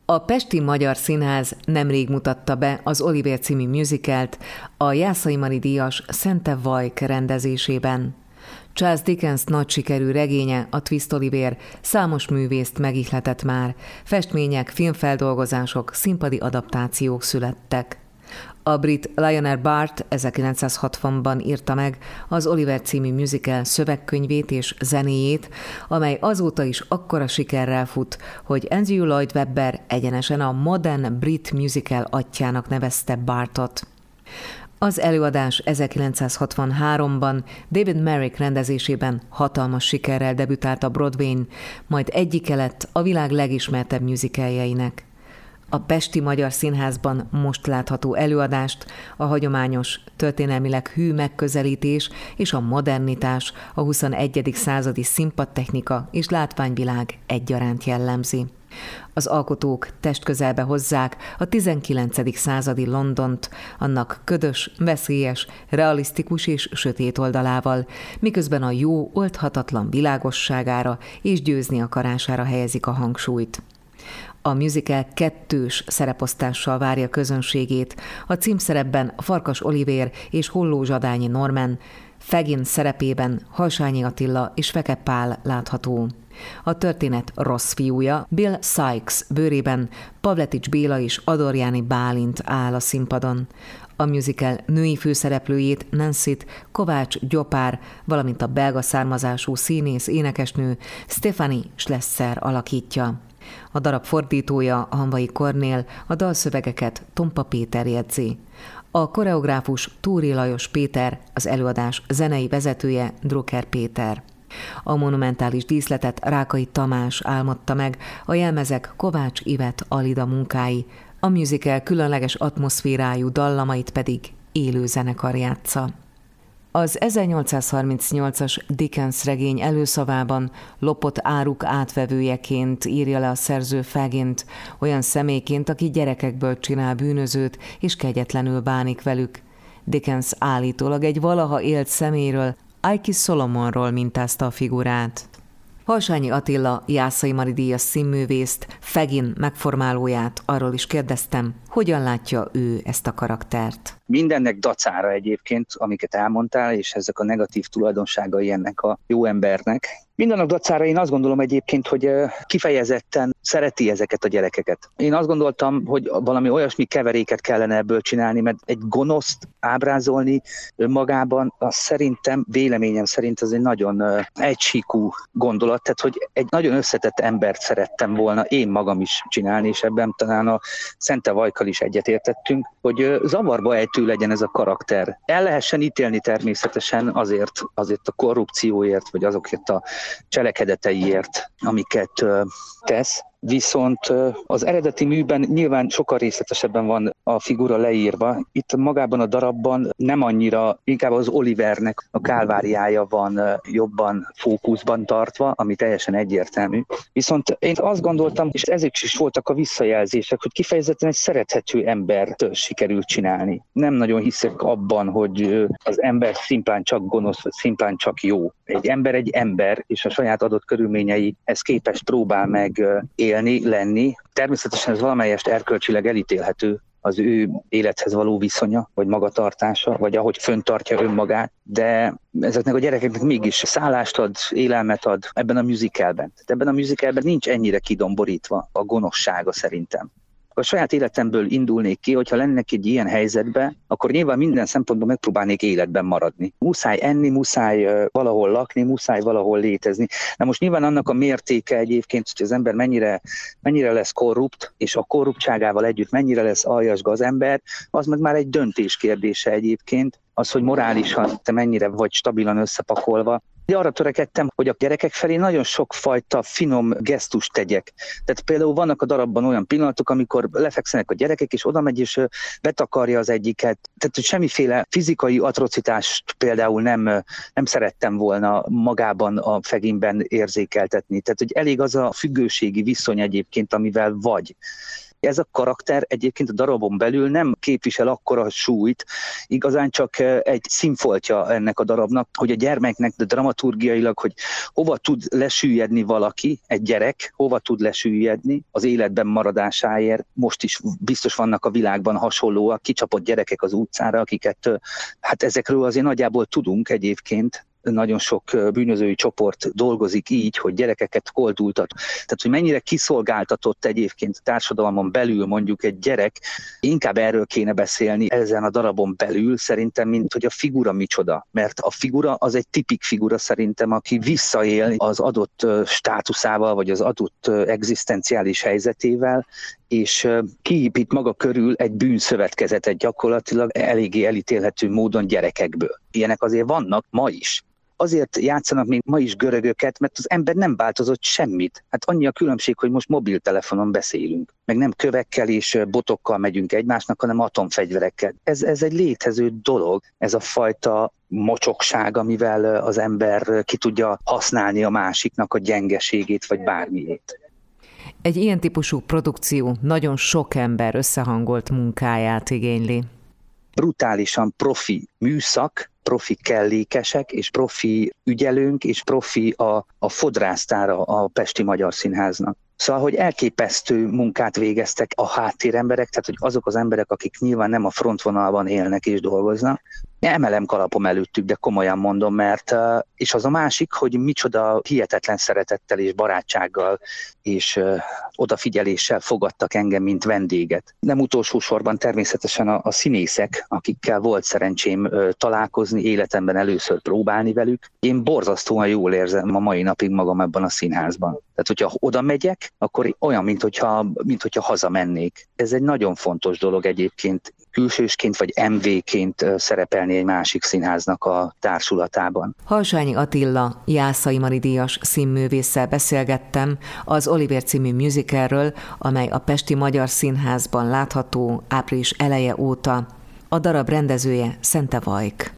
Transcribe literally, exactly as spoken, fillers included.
A Pesti Magyar Színház nemrég mutatta be az Olivér című musicalt a Jászai Mari díjas Szente Vajk rendezésében. Charles Dickens nagy sikerű regénye, a Twist Olivér számos művészt megihletett már, festmények, filmfeldolgozások, színpadi adaptációk születtek. A brit Lionel Bart ezerkilencszázhatvanban írta meg az Olivér című musical szövegkönyvét és zenéjét, amely azóta is akkora sikerrel fut, hogy Andrew Lloyd Webber egyenesen a modern brit musical atyjának nevezte Bartot. Az előadás ezerkilencszázhatvanháromban David Merrick rendezésében hatalmas sikerrel debütált a Broadwayn, majd egyike lett a világ legismertebb musicaljeinek. A Pesti Magyar Színházban most látható előadást a hagyományos, történelmileg hű megközelítés és a modernitás, a huszonegyedik századi színpadtechnika és látványvilág egyaránt jellemzi. Az alkotók testközelbe hozzák a tizenkilencedik századi Londont, annak ködös, veszélyes, realisztikus és sötét oldalával, miközben a jó, oldhatatlan világosságára és győzni akarására helyezik a hangsúlyt. A musical kettős szereposztással várja közönségét, a címszerepben Farkas Olivér és Holló Zsadányi Norman, Fagin szerepében Harsányi Attila és Feke Pál látható. A történet rossz fiúja, Bill Sikes bőrében Pavletics Béla és Adorjáni Bálint áll a színpadon. A musical női főszereplőjét, Nancyt, Kovács Gyopár, valamint a belga származású színész énekesnő Stephanie Schlesser alakítja. A darab fordítója Hanvai Kornél, a dalszövegeket Tompa Péter jegyzi. A koreográfus Túri Lajos Péter, az előadás zenei vezetője Drucker Péter. A monumentális díszletet Rákai Tamás álmodta meg, a jelmezek Kovács Ivet Alida munkái, a musical különleges atmoszférájú dallamait pedig élő zenekar játsza. Az ezernyolcszázharmincnyolcas Dickens regény előszavában lopott áruk átvevőjeként írja le a szerző Fagint, olyan személyként, aki gyerekekből csinál bűnözőt és kegyetlenül bánik velük. Dickens állítólag egy valaha élt személyről, Aiki Solomonról mintázta a figurát. Harsányi Attila Jászai Mari díjas színművészt, Fagin megformálóját arról is kérdeztem, hogyan látja ő ezt a karaktert. Mindennek dacára egyébként, amiket elmondtál, és ezek a negatív tulajdonságai ennek a jó embernek. Mindennek dacára én azt gondolom egyébként, hogy kifejezetten szereti ezeket a gyerekeket. Én azt gondoltam, hogy valami olyasmi keveréket kellene ebből csinálni, mert egy gonoszt ábrázolni önmagában, az szerintem, véleményem szerint ez egy nagyon egysíkú gondolat, tehát hogy egy nagyon összetett embert szerettem volna én magam is csinálni, és ebben talán a Szente Vajkkal is egyetértettünk, hogy zavarba ejtő legyen ez a karakter. El lehessen ítélni természetesen azért, azért a korrupcióért, vagy azokért a cselekedeteiért, amiket tesz. Viszont az eredeti műben nyilván sokkal részletesebben van a figura leírva. Itt magában a darabban nem annyira, inkább az Olivernek a kálváriája van jobban fókuszban tartva, ami teljesen egyértelmű. Viszont én azt gondoltam, és ezek is voltak a visszajelzések, hogy kifejezetten egy szerethető embert sikerült csinálni. Nem nagyon hiszek abban, hogy az ember szimplán csak gonosz, vagy szimplán csak jó. Egy ember egy ember, és a saját adott körülményeihez képest próbál meg élni, lenni. Természetesen ez valamelyest erkölcsileg elítélhető, az ő élethez való viszonya, vagy magatartása, vagy ahogy föntartja önmagát, de ezeknek a gyerekeknek mégis szállást ad, élelmet ad ebben a musicalben. Tehát ebben a musicalben nincs ennyire kidomborítva a gonoszsága szerintem. A saját életemből indulnék ki, hogyha lennék egy ilyen helyzetben, akkor nyilván minden szempontból megpróbálnék életben maradni. Muszáj enni, muszáj valahol lakni, muszáj valahol létezni. Na most nyilván annak a mértéke egyébként, hogy az ember mennyire, mennyire lesz korrupt, és a korruptságával együtt mennyire lesz aljas gazember, az meg már egy döntés kérdése egyébként. Az, hogy morálisan te mennyire vagy stabilan összepakolva. Arra törekedtem, hogy a gyerekek felé nagyon sokfajta finom gesztust tegyek. Tehát például vannak a darabban olyan pillanatok, amikor lefekszenek a gyerekek, és oda megy, és betakarja az egyiket. Tehát, hogy semmiféle fizikai atrocitást például nem, nem szerettem volna magában a Faginben érzékeltetni. Tehát, hogy elég az a függőségi viszony egyébként, amivel vagy. Ez a karakter egyébként a darabon belül nem képvisel akkora súlyt, igazán csak egy színfoltja ennek a darabnak, hogy a gyermeknek, de dramaturgiailag, hogy hova tud lesüllyedni valaki, egy gyerek, hova tud lesüllyedni az életben maradásáért. Most is biztos vannak a világban hasonlóak, kicsapott gyerekek az utcára, akiket, hát ezekről azért nagyjából tudunk egyébként, nagyon sok bűnözői csoport dolgozik így, hogy gyerekeket koldultat. Tehát, hogy mennyire kiszolgáltatott egyébként a társadalmon belül mondjuk egy gyerek, inkább erről kéne beszélni ezen a darabon belül szerintem, mint hogy a figura micsoda. Mert a figura az egy tipik figura szerintem, aki visszaél az adott státuszával, vagy az adott egzisztenciális helyzetével, és kiépít maga körül egy bűnszövetkezetet gyakorlatilag eléggé elítélhető módon gyerekekből. Ilyenek azért vannak ma is. Azért játszanak még ma is görögöket, mert az ember nem változott semmit. Hát annyi a különbség, hogy most mobiltelefonon beszélünk. Meg nem kövekkel és botokkal megyünk egymásnak, hanem atomfegyverekkel. Ez, ez egy létező dolog, ez a fajta mocsokság, amivel az ember ki tudja használni a másiknak a gyengeségét, vagy bármiét. Egy ilyen típusú produkció nagyon sok ember összehangolt munkáját igényli. Brutálisan profi műszak, profi kellékesek, és profi ügyelőnk, és profi a, a fodrásztára a Pesti Magyar Színháznak. Szóval, hogy elképesztő munkát végeztek a háttéremberek, tehát hogy azok az emberek, akik nyilván nem a frontvonalban élnek és dolgoznak. Emelem kalapom előttük, de komolyan mondom, mert és az a másik, hogy micsoda hihetetlen szeretettel és barátsággal és odafigyeléssel fogadtak engem, mint vendéget. Nem utolsó sorban természetesen a, a színészek, akikkel volt szerencsém találkozni, életemben először próbálni velük. Én borzasztóan jól érzem a mai napig magam ebben a színházban. Tehát, hogyha oda megyek, akkor olyan, mint hogyha, mint hogyha hazamennék. Ez egy nagyon fontos dolog egyébként, külsősként vagy em vé-ként szerepelni egy másik színháznak a társulatában. Halsányi Attila Jászai Mari díjas színművésszel beszélgettem az Olivér című musicalről, amely a Pesti Magyar Színházban látható április eleje óta. A darab rendezője Szente Vajk.